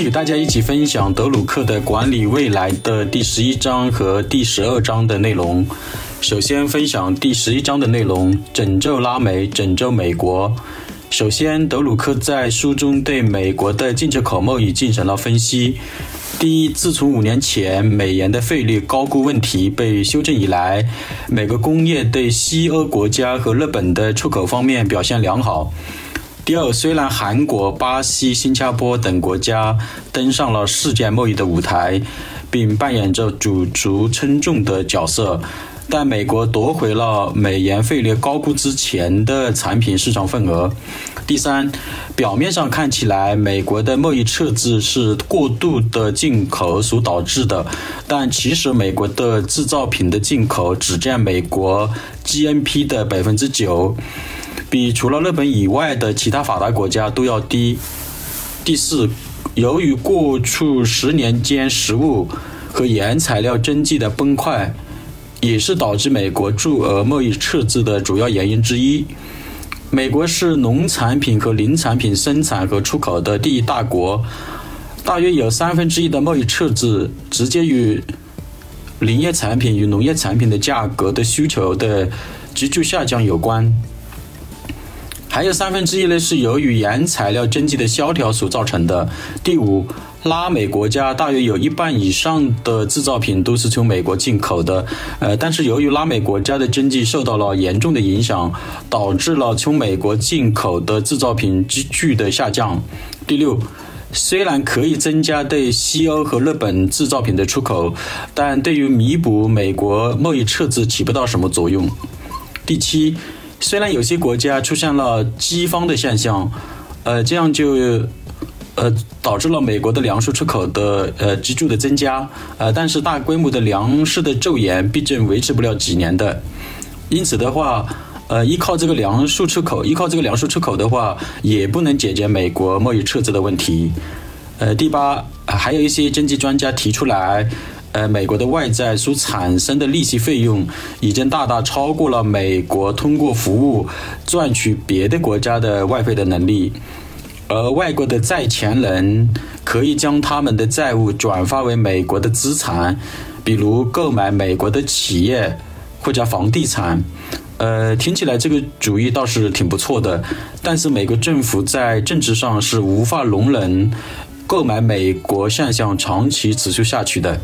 天与大家一起分享德鲁克的管理未来的第11章和第12章的内容。首先分享第11章的内容，拯救拉美，拯救美国。首先，德鲁克在书中对美国的进出口贸易进行了分析。第一，自从5年前美元的费率高估问题被修正以来，美国工业对西欧国家和日本的出口方面表现良好。第二，虽然韩国、巴西、新加坡等国家登上了世界贸易的舞台，并扮演着举足轻重的角色，但美国夺回了美元费率高估之前的产品市场份额。第三，表面上看起来美国的贸易赤字是过度的进口所导致的，但其实美国的制造品的进口只占美国 GNP 的 9%， 比除了日本以外的其他发达国家都要低。第四，由于过去10年间食物和原材料经济的崩溃，也是导致美国驻俄贸易赤字的主要原因之一。美国是农产品和林产品生产和出口的第一大国，大约有1/3的贸易赤字直接与林业产品与农业产品的价格的需求的急剧下降有关，还有1/3呢是由于原材料经济的萧条所造成的。第五，拉美国家大约有1半以上的制造品都是从美国进口的，但是由于拉美国家的经济受到了严重的影响，导致了从美国进口的制造品急剧的下降。第六，虽然可以增加对西欧和日本制造品的出口，但对于弥补美国贸易赤字起不到什么作用。第七，虽然有些国家出现了饥荒的现象，这样就导致了美国的粮食出口的急剧的增加，但是大规模的粮食的骤减毕竟维持不了几年的，因此的话，依靠这个粮食出口的话，也不能解决美国贸易赤字的问题。第八，还有一些经济专家提出来，美国的外债所产生的利息费用已经大大超过了美国通过服务赚取别的国家的外汇的能力。而外国的债权人可以将他们的债务转化为美国的资产，比如购买美国的企业或者房地产。听起来这个主意倒是挺不错的，但是美国政府在政治上是无法容忍购买美国现象长期持续下去的。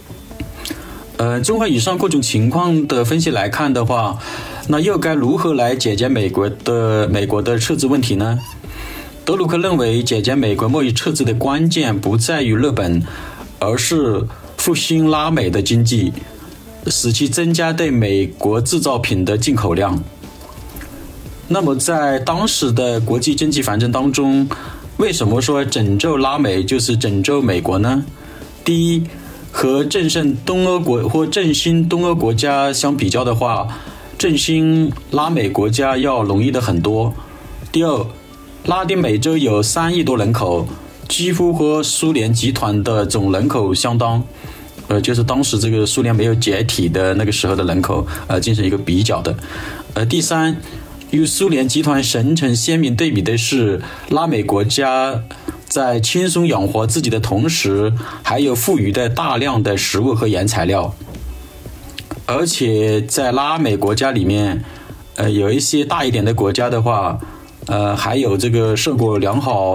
综合以上各种情况的分析来看的话，那又该如何来解决美国的赤字问题呢？德鲁克认为，解决美国贸易赤字的关键不在于日本，而是复兴拉美的经济，使其增加对美国制造品的进口量。那么在当时的国际经济环境当中，为什么说拯救拉美就是拯救美国呢？第一，和振兴东欧国家相比较的话，振兴拉美国家要容易的很多。第二，拉丁美洲有3亿多人口，几乎和苏联集团的总人口相当，就是当时这个苏联没有解体的那个时候的人口，进行一个比较的。第三，与苏联集团形成鲜明对比的是，拉美国家在轻松养活自己的同时，还有富裕的大量的食物和原材料，而且在拉美国家里面，有一些大一点的国家的话，还有这个受过良好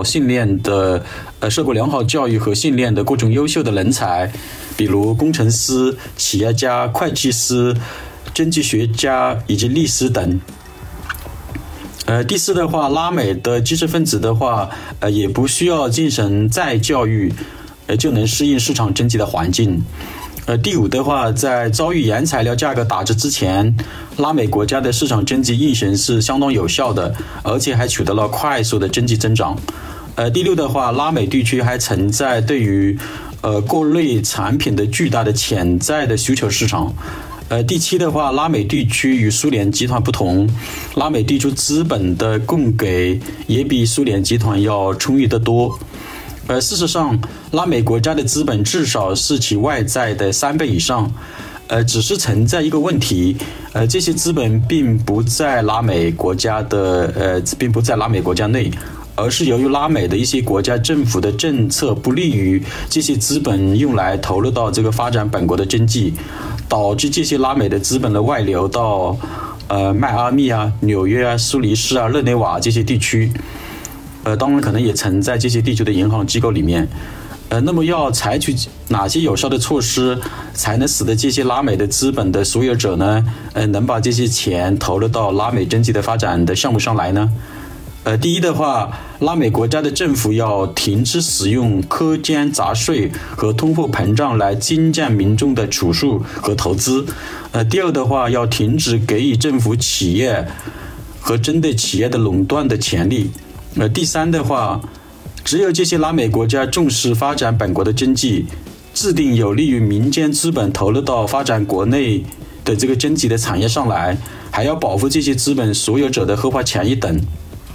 教育和训练的各种优秀的人才，比如工程师、企业家、会计师、经济学家以及律师等。第四的话，拉美的知识分子的话，也不需要进行再教育，就能适应市场经济的环境。第五的话，在遭遇原材料价格打折之前，拉美国家的市场经济运行是相当有效的，而且还取得了快速的经济增长。第六的话，拉美地区还存在对于各类产品的巨大的潜在的需求市场。第七的话，拉美地区与苏联集团不同，拉美地区资本的供给也比苏联集团要充裕得多。事实上，拉美国家的资本至少是其外债的3倍以上，只是存在一个问题，这些资本并不在拉美国家内， 而是由于拉美的一些国家政府的政策不利于这些资本用来投入到这个发展本国的经济，导致这些拉美的资本的外流到迈阿密啊、纽约啊、苏黎世啊、日内瓦这些地区，当然可能也存在这些地区的银行机构里面。那么要采取哪些有效的措施，才能使得这些拉美的资本的所有者呢，能把这些钱投入到拉美经济的发展的项目上来呢？第一的话，拉美国家的政府要停止使用苛捐杂税和通货膨胀来精简民众的储蓄和投资。第二的话，要停止给予政府企业和针对企业的垄断的权利。第三的话，只有这些拉美国家重视发展本国的经济，制定有利于民间资本投入到发展国内的这个经济的产业上来，还要保护这些资本所有者的合法权益等。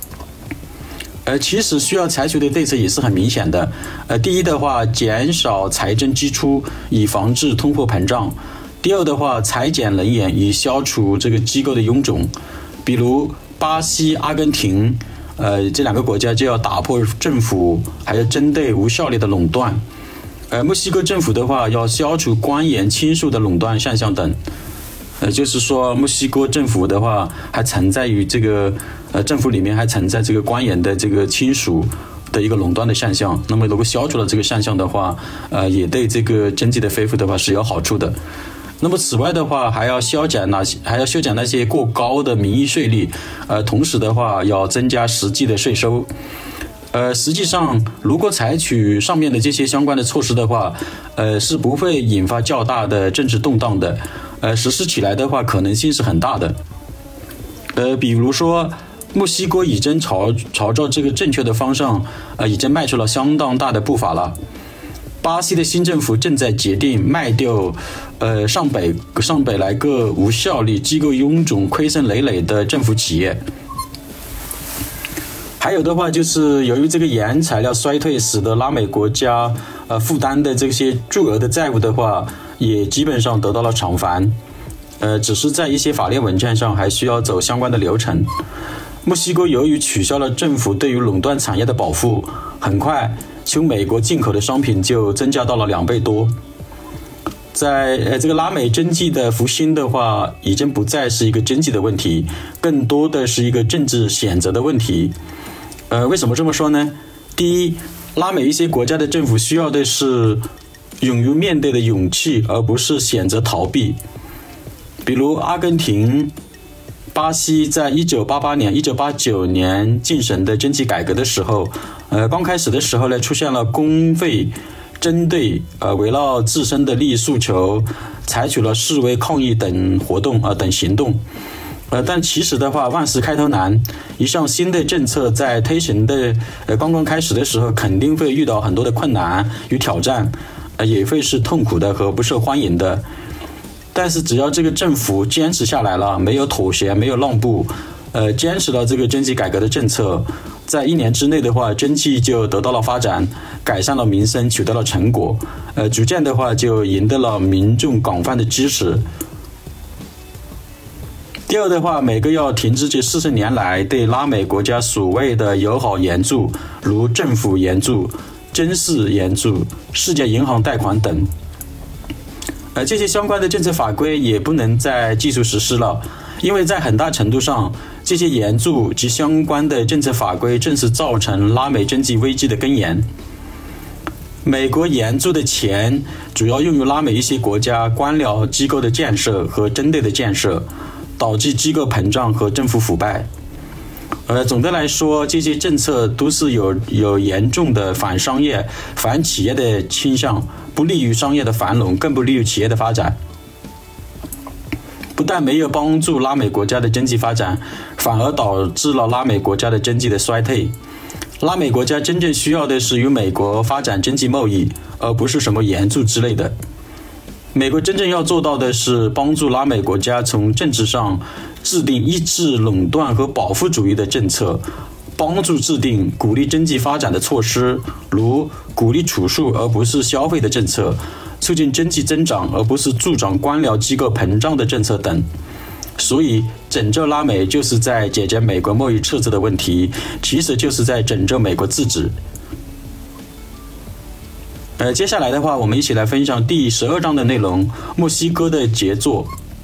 其实需要采取的对策也是很明显的。第一的话，减少财政支出以防治通货膨胀；第二的话，裁减人员以消除这个机构的臃肿。比如巴西、阿根廷，这两个国家就要打破政府还有针对无效力的垄断。墨西哥政府的话，要消除官员亲属的垄断现象等。就是说，墨西哥政府的话，还存在于这个政府里面还存在这个官员的这个亲属的一个垄断的现象。那么，如果消除了这个现象的话，也对这个经济的恢复的话是有好处的。那么，此外的话，还要削减那些过高的名义税率，同时的话，要增加实际的税收。实际上，如果采取上面的这些相关的措施的话，是不会引发较大的政治动荡的。实施起来的话，可能性是很大的。比如说，墨西哥已经朝着这个正确的方向，已经迈出了相当大的步伐了。巴西的新政府正在决定卖掉上百来个无效率、机构臃肿、亏损累累的政府企业。还有的话，就是由于这个原材料衰退，使得拉美国家负担的这些巨额的债务的话，也基本上得到了偿还。只是在一些法律文件上还需要走相关的流程。墨西哥由于取消了政府对于垄断产业的保护，很快从美国进口的商品就增加到了2倍多。在这个拉美经济的复兴的话，已经不再是一个经济的问题，更多的是一个政治选择的问题。为什么这么说呢？第一，拉美一些国家的政府需要的是勇于面对的勇气，而不是选择逃避。比如阿根廷、巴西在1988年、1989年进行的经济改革的时候，刚开始的时候呢，出现了工会针对围绕自身的利益诉求，采取了示威抗议等活动等行动。但其实的话，万事开头难，一项新的政策在推行的刚刚开始的时候，肯定会遇到很多的困难与挑战，也会是痛苦的和不受欢迎的。但是只要这个政府坚持下来了，没有妥协，没有让步，坚持了这个经济改革的政策，在1年之内的话，经济就得到了发展，改善了民生，取得了成果，逐渐的话就赢得了民众广泛的支持。第二的话，美国要停止这40年来对拉美国家所谓的友好援助，如政府援助、军事援助、世界银行贷款等。这些相关的政策法规也不能再继续实施了，因为在很大程度上，这些援助及相关的政策法规正是造成拉美经济危机的根源。美国援助的钱主要用于拉美一些国家官僚机构的建设和针对的建设，导致机构膨胀和政府腐败。总的来说，这些政策都是有严重的反商业、反企业的倾向，不利于商业的繁荣，更不利于企业的发展。不但没有帮助拉美国家的经济发展，反而导致了拉美国家的经济的衰退。拉美国家真正需要的是与美国发展经济贸易，而不是什么援助之类的。美国真正要做到的是帮助拉美国家从政治上制定抑制垄断和保护主义的政策，帮助制定鼓励经济发展的措施，如鼓励储蓄而不是消费的政策，促进经济增长而不是助长官僚机构膨胀的政策等。 所以拯救拉美就是在解决美国贸易赤字的问题，其实就是在拯救美国自己。接下来的话，我们一起来分享第12章的内容，墨西哥的杰作。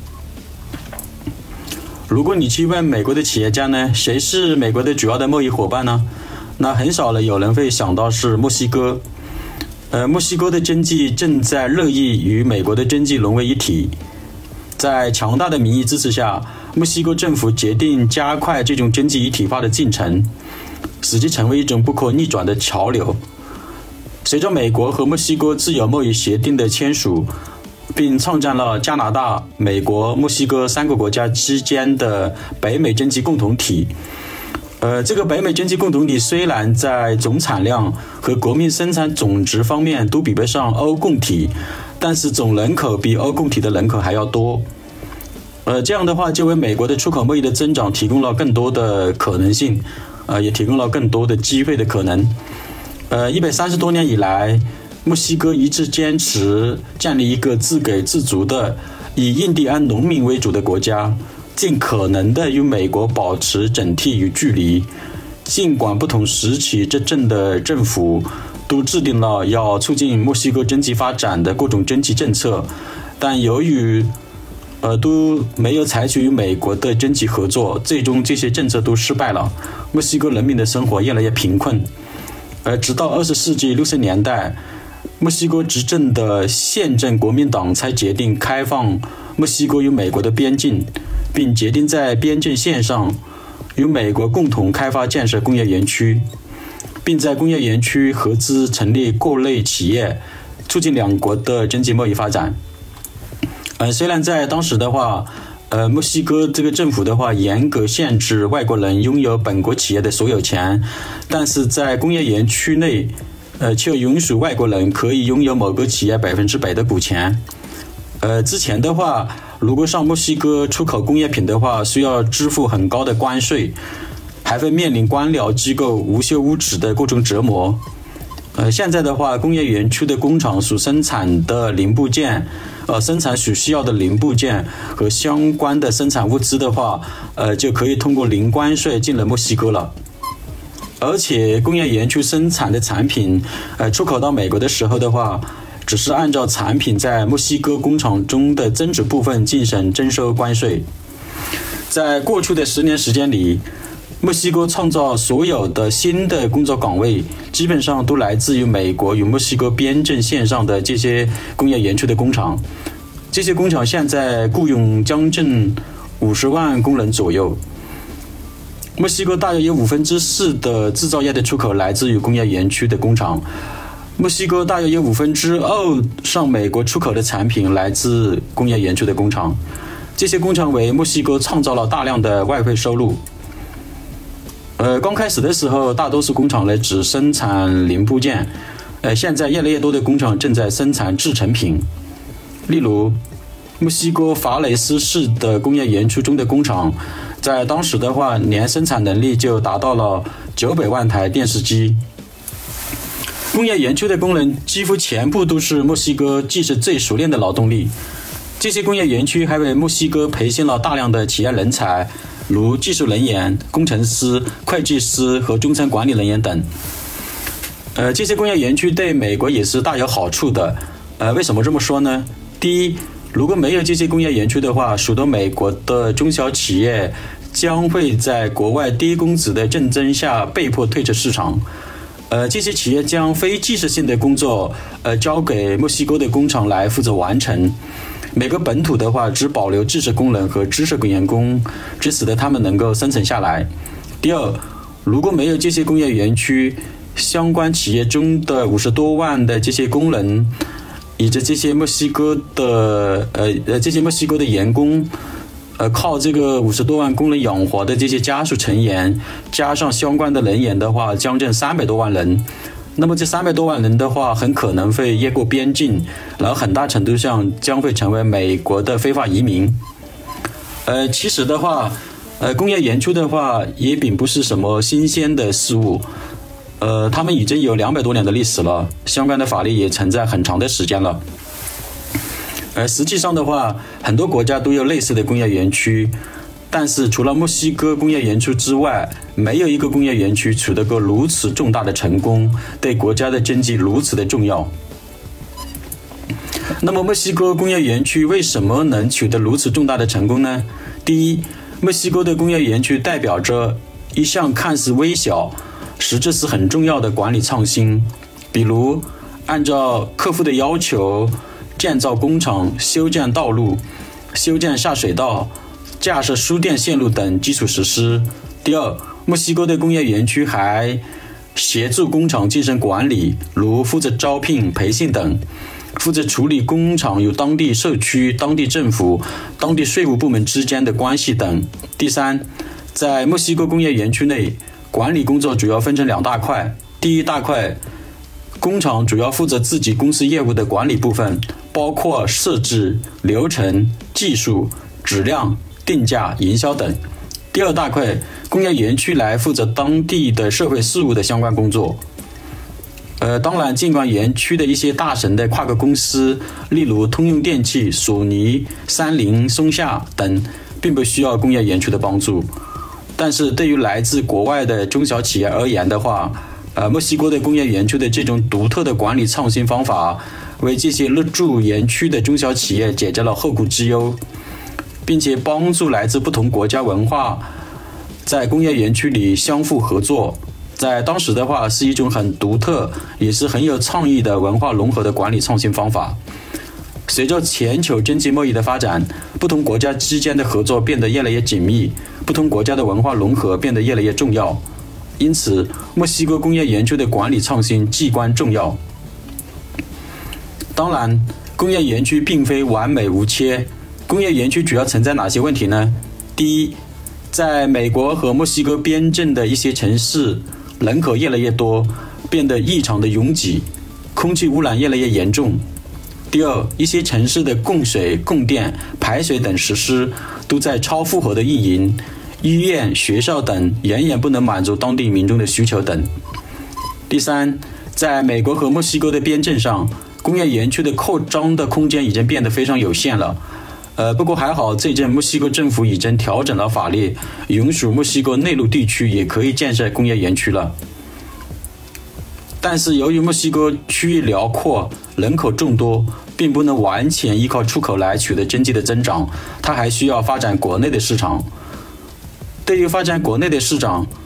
如果你去问美国的企业家呢，谁是美国的主要的贸易伙伴呢？那很少有人会想到是墨西哥。墨西哥的经济正在乐意与美国的经济融为一体。在强大的民意支持下，墨西哥政府决定加快这种经济一体化的进程，使其成为一种不可逆转的潮流。随着美国和墨西哥自由贸易协定的签署，并创建了加拿大、美国、墨西哥3个国家之间的北美经济共同体。这个北美经济共同体虽然在总产量和国民生产总值方面都比不上欧共体，但是总人口比欧共体的人口还要多。这样的话就为美国的出口贸易的增长提供了更多的可能性，也提供了更多的机会的可能。130多年以来，墨西哥一直坚持建立一个自给自足的以印第安农民为主的国家，尽可能的与美国保持整体与距离。尽管不同时期执政的政府都制定了要促进墨西哥经济发展的各种经济政策，但由于都没有采取与美国的经济合作，最终这些政策都失败了。墨西哥人民的生活越来越贫困。直到20世纪60年代，墨西哥执政的宪政国民党才决定开放墨西哥与美国的边境，并决定在边境线上与美国共同开发建设工业园区，并在工业园区合资成立各类企业，促进两国的经济贸易发展。虽然在当时的话，墨西哥这个政府的话严格限制外国人拥有本国企业的所有权，但是在工业园区内却允许外国人可以拥有某个企业100%的股权。之前的话，如果上墨西哥出口工业品的话，需要支付很高的关税，还会面临官僚机构无休无止的各种折磨。现在的话，工业园区的工厂所生产的零部件，生产所需要的零部件和相关的生产物资的话，就可以通过零关税进了墨西哥了。而且工业园区生产的产品，出口到美国的时候的话，只是按照产品在墨西哥工厂中的增值部分进行征收关税。在过去的10年时间里，墨西哥创造所有的新的工作岗位，基本上都来自于美国与墨西哥边境线上的这些工业园区的工厂。这些工厂现在雇佣将近50万工人左右。墨西哥大约有4%的制造业的出口来自于工业园区的工厂。墨西哥大约有2%上美国出口的产品来自工业园区的工厂。这些工厂为墨西哥创造了大量的外汇收入。刚开始的时候，大多数工厂呢只生产零部件，现在越来越多的工厂正在生产制成品。例如，墨西哥法雷斯市的工业园区中的工厂，在当时的话，年生产能力就达到了900万台电视机。工业园区的工人几乎全部都是墨西哥技术最熟练的劳动力。这些工业园区还为墨西哥培训了大量的企业人才，如技术人员、工程师、会计师和中层管理人员等。这些工业园区对美国也是大有好处的。为什么这么说呢？第一，如果没有这些工业园区的话，许多美国的中小企业将会在国外低工资的竞争下被迫退出市场。这些企业将非技术性的工作交给墨西哥的工厂来负责完成。美国本土的话只保留技术工人和知识员工，只使得他们能够生存下来。第二，如果没有这些工业园区，相关企业中的50多万的这些工人，以及这些墨西哥的员工，靠这个50多万工人养活的这些家属成员，加上相关的人员的话，将近300多万人。那么这300多万人的话，很可能会越过边境，然后很大程度上将会成为美国的非法移民。其实的话，工业园区的话也并不是什么新鲜的事物。他们已经有200多年的历史了，相关的法律也存在很长的时间了。 而实际上的话，很多国家都有类似的工业园区，但是除了墨西哥工业园区之外，没有一个工业园区取得过如此重大的成功，对国家的经济如此的重要。那么墨西哥工业园区为什么能取得如此重大的成功呢？第一，墨西哥的工业园区代表着一项看似微小，实质是很重要的管理创新，比如按照客户的要求建造工厂、修建道路、修建下水道、架设输电线路等基础设施。第二，墨西哥的工业园区还协助工厂进行管理，如负责招聘、培训等，负责处理工厂与当地社区、当地政府、当地税务部门之间的关系等。第三，在墨西哥工业园区内，管理工作主要分成2大块。第一大块，工厂主要负责自己公司业务的管理部分，包括设置、流程、技术、质量、定价、营销等。第二大块，工业园区来负责当地的社会事务的相关工作。当然，尽管园区的一些大型的跨国公司，例如通用电气、索尼、三菱、松下等，并不需要工业园区的帮助，但是对于来自国外的中小企业而言的话，墨西哥的工业园区的这种独特的管理创新方法，为这些入驻园区的中小企业解决了后顾之忧，并且帮助来自不同国家文化在工业园区里相互合作。在当时的话，是一种很独特也是很有创意的文化融合的管理创新方法。随着全球经济贸易的发展，不同国家之间的合作变得越来越紧密，不同国家的文化融合变得越来越重要。因此，墨西哥工业园区的管理创新至关重要。当然，工业园区并非完美无缺。工业园区主要存在哪些问题呢？第一，在美国和墨西哥边境的一些城市，人口越来越多，变得异常的拥挤，空气污染越来越严重。第二，一些城市的供水、供电、排水等设施都在超负荷的运营，医院、学校等远远不能满足当地民众的需求等。第三，在美国和墨西哥的边境上，工业园区的扩张的空间已经变得非常有限了。不过还好，最近墨西哥政府已经调整了法律，允许墨西哥内陆地区也可以建设工业园区了。但是由于墨西哥区域辽阔，人口众多，并不能完全依靠出口来取得经济的增长，它还需要发展国内的市场。对于发展国内的市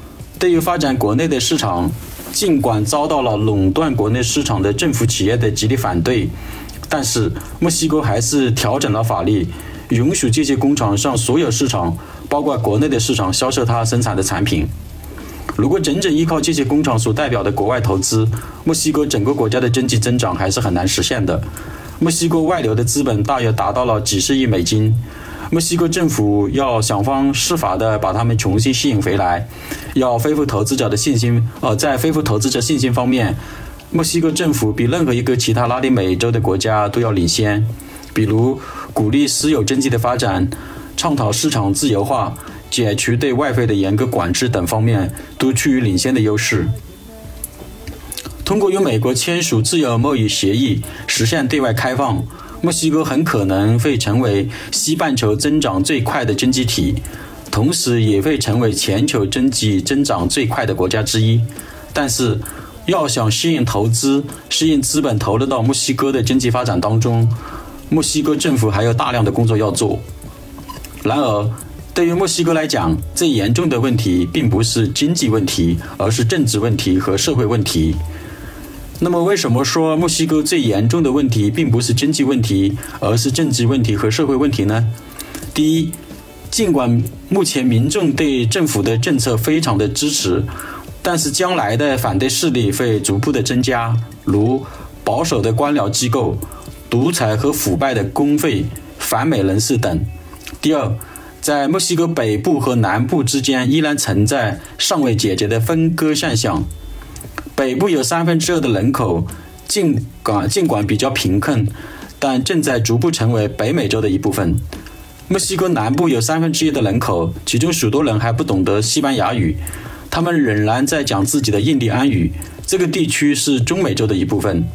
场，尽管遭到了垄断国内市场的政府企业的极力反对，但是墨西哥还是调整了法律，允许这些工厂向所有市场，包括国内的市场销售它生产的产品。如果整整依靠这些工厂所代表的国外投资，墨西哥整个国家的经济增长还是很难实现的。墨西哥外流的资本大约达到了几十亿美金，墨西哥政府要想方设法的把他们重新吸引回来，要恢复投资者的信心。在恢复投资者信心方面，墨西哥政府比任何一个其他拉丁美洲的国家都要领先，比如鼓励私有经济的发展，倡导市场自由化，解除对外汇的严格管制等方面都处于领先的优势。通过与美国签署自由贸易协议，实现对外开放，墨西哥很可能会成为西半球增长最快的经济体，同时也会成为全球经济增长最快的国家之一。但是，要想吸引投资、吸引资本投入到墨西哥的经济发展当中，墨西哥政府还有大量的工作要做。然而，对于墨西哥来讲，最严重的问题并不是经济问题，而是政治问题和社会问题。那么为什么说墨西哥最严重的问题并不是经济问题，而是政治问题和社会问题呢？第一，尽管目前民众对政府的政策非常的支持，但是将来的反对势力会逐步的增加，如保守的官僚机构、独裁和腐败的公会、反美人士等。第二，在墨西哥北部和南部之间依然存在尚未解决的分割现象。北部有2/3的人口，尽管比较贫困，但正在逐步成为北美洲的一部分。墨西哥南部有1/3的人口，其中许多人还不懂得西班牙语，他们仍然在讲自己的印第安语。这个地区是中美洲的一部分。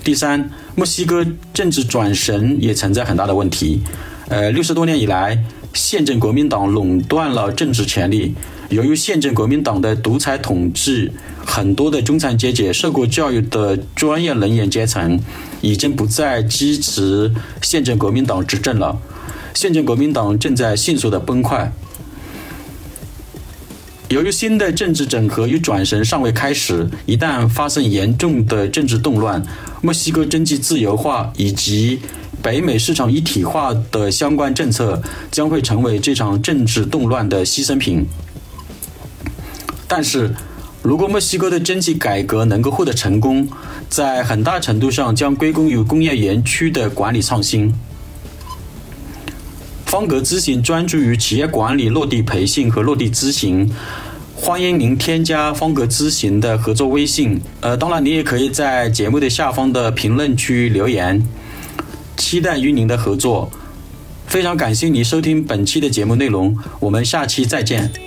第三，墨西哥政治转型也存在很大的问题。60多年以来，宪政国民党垄断了政治权力。由于宪政国民党的独裁统治，很多的中产阶级、受过教育的专业人员阶层已经不再支持宪政国民党执政了。宪政国民党正在迅速的崩坏。由于新的政治整合与转型尚未开始，一旦发生严重的政治动乱，墨西哥经济自由化以及北美市场一体化的相关政策将会成为这场政治动乱的牺牲品。但是，如果墨西哥的经济改革能够获得成功，在很大程度上将归功于工业园区的管理创新。方格咨询专注于企业管理落地培训和落地咨询，欢迎您添加方格咨询的合作微信。当然，你也可以在节目的下方的评论区留言，期待与您的合作。非常感谢你收听本期的节目内容，我们下期再见。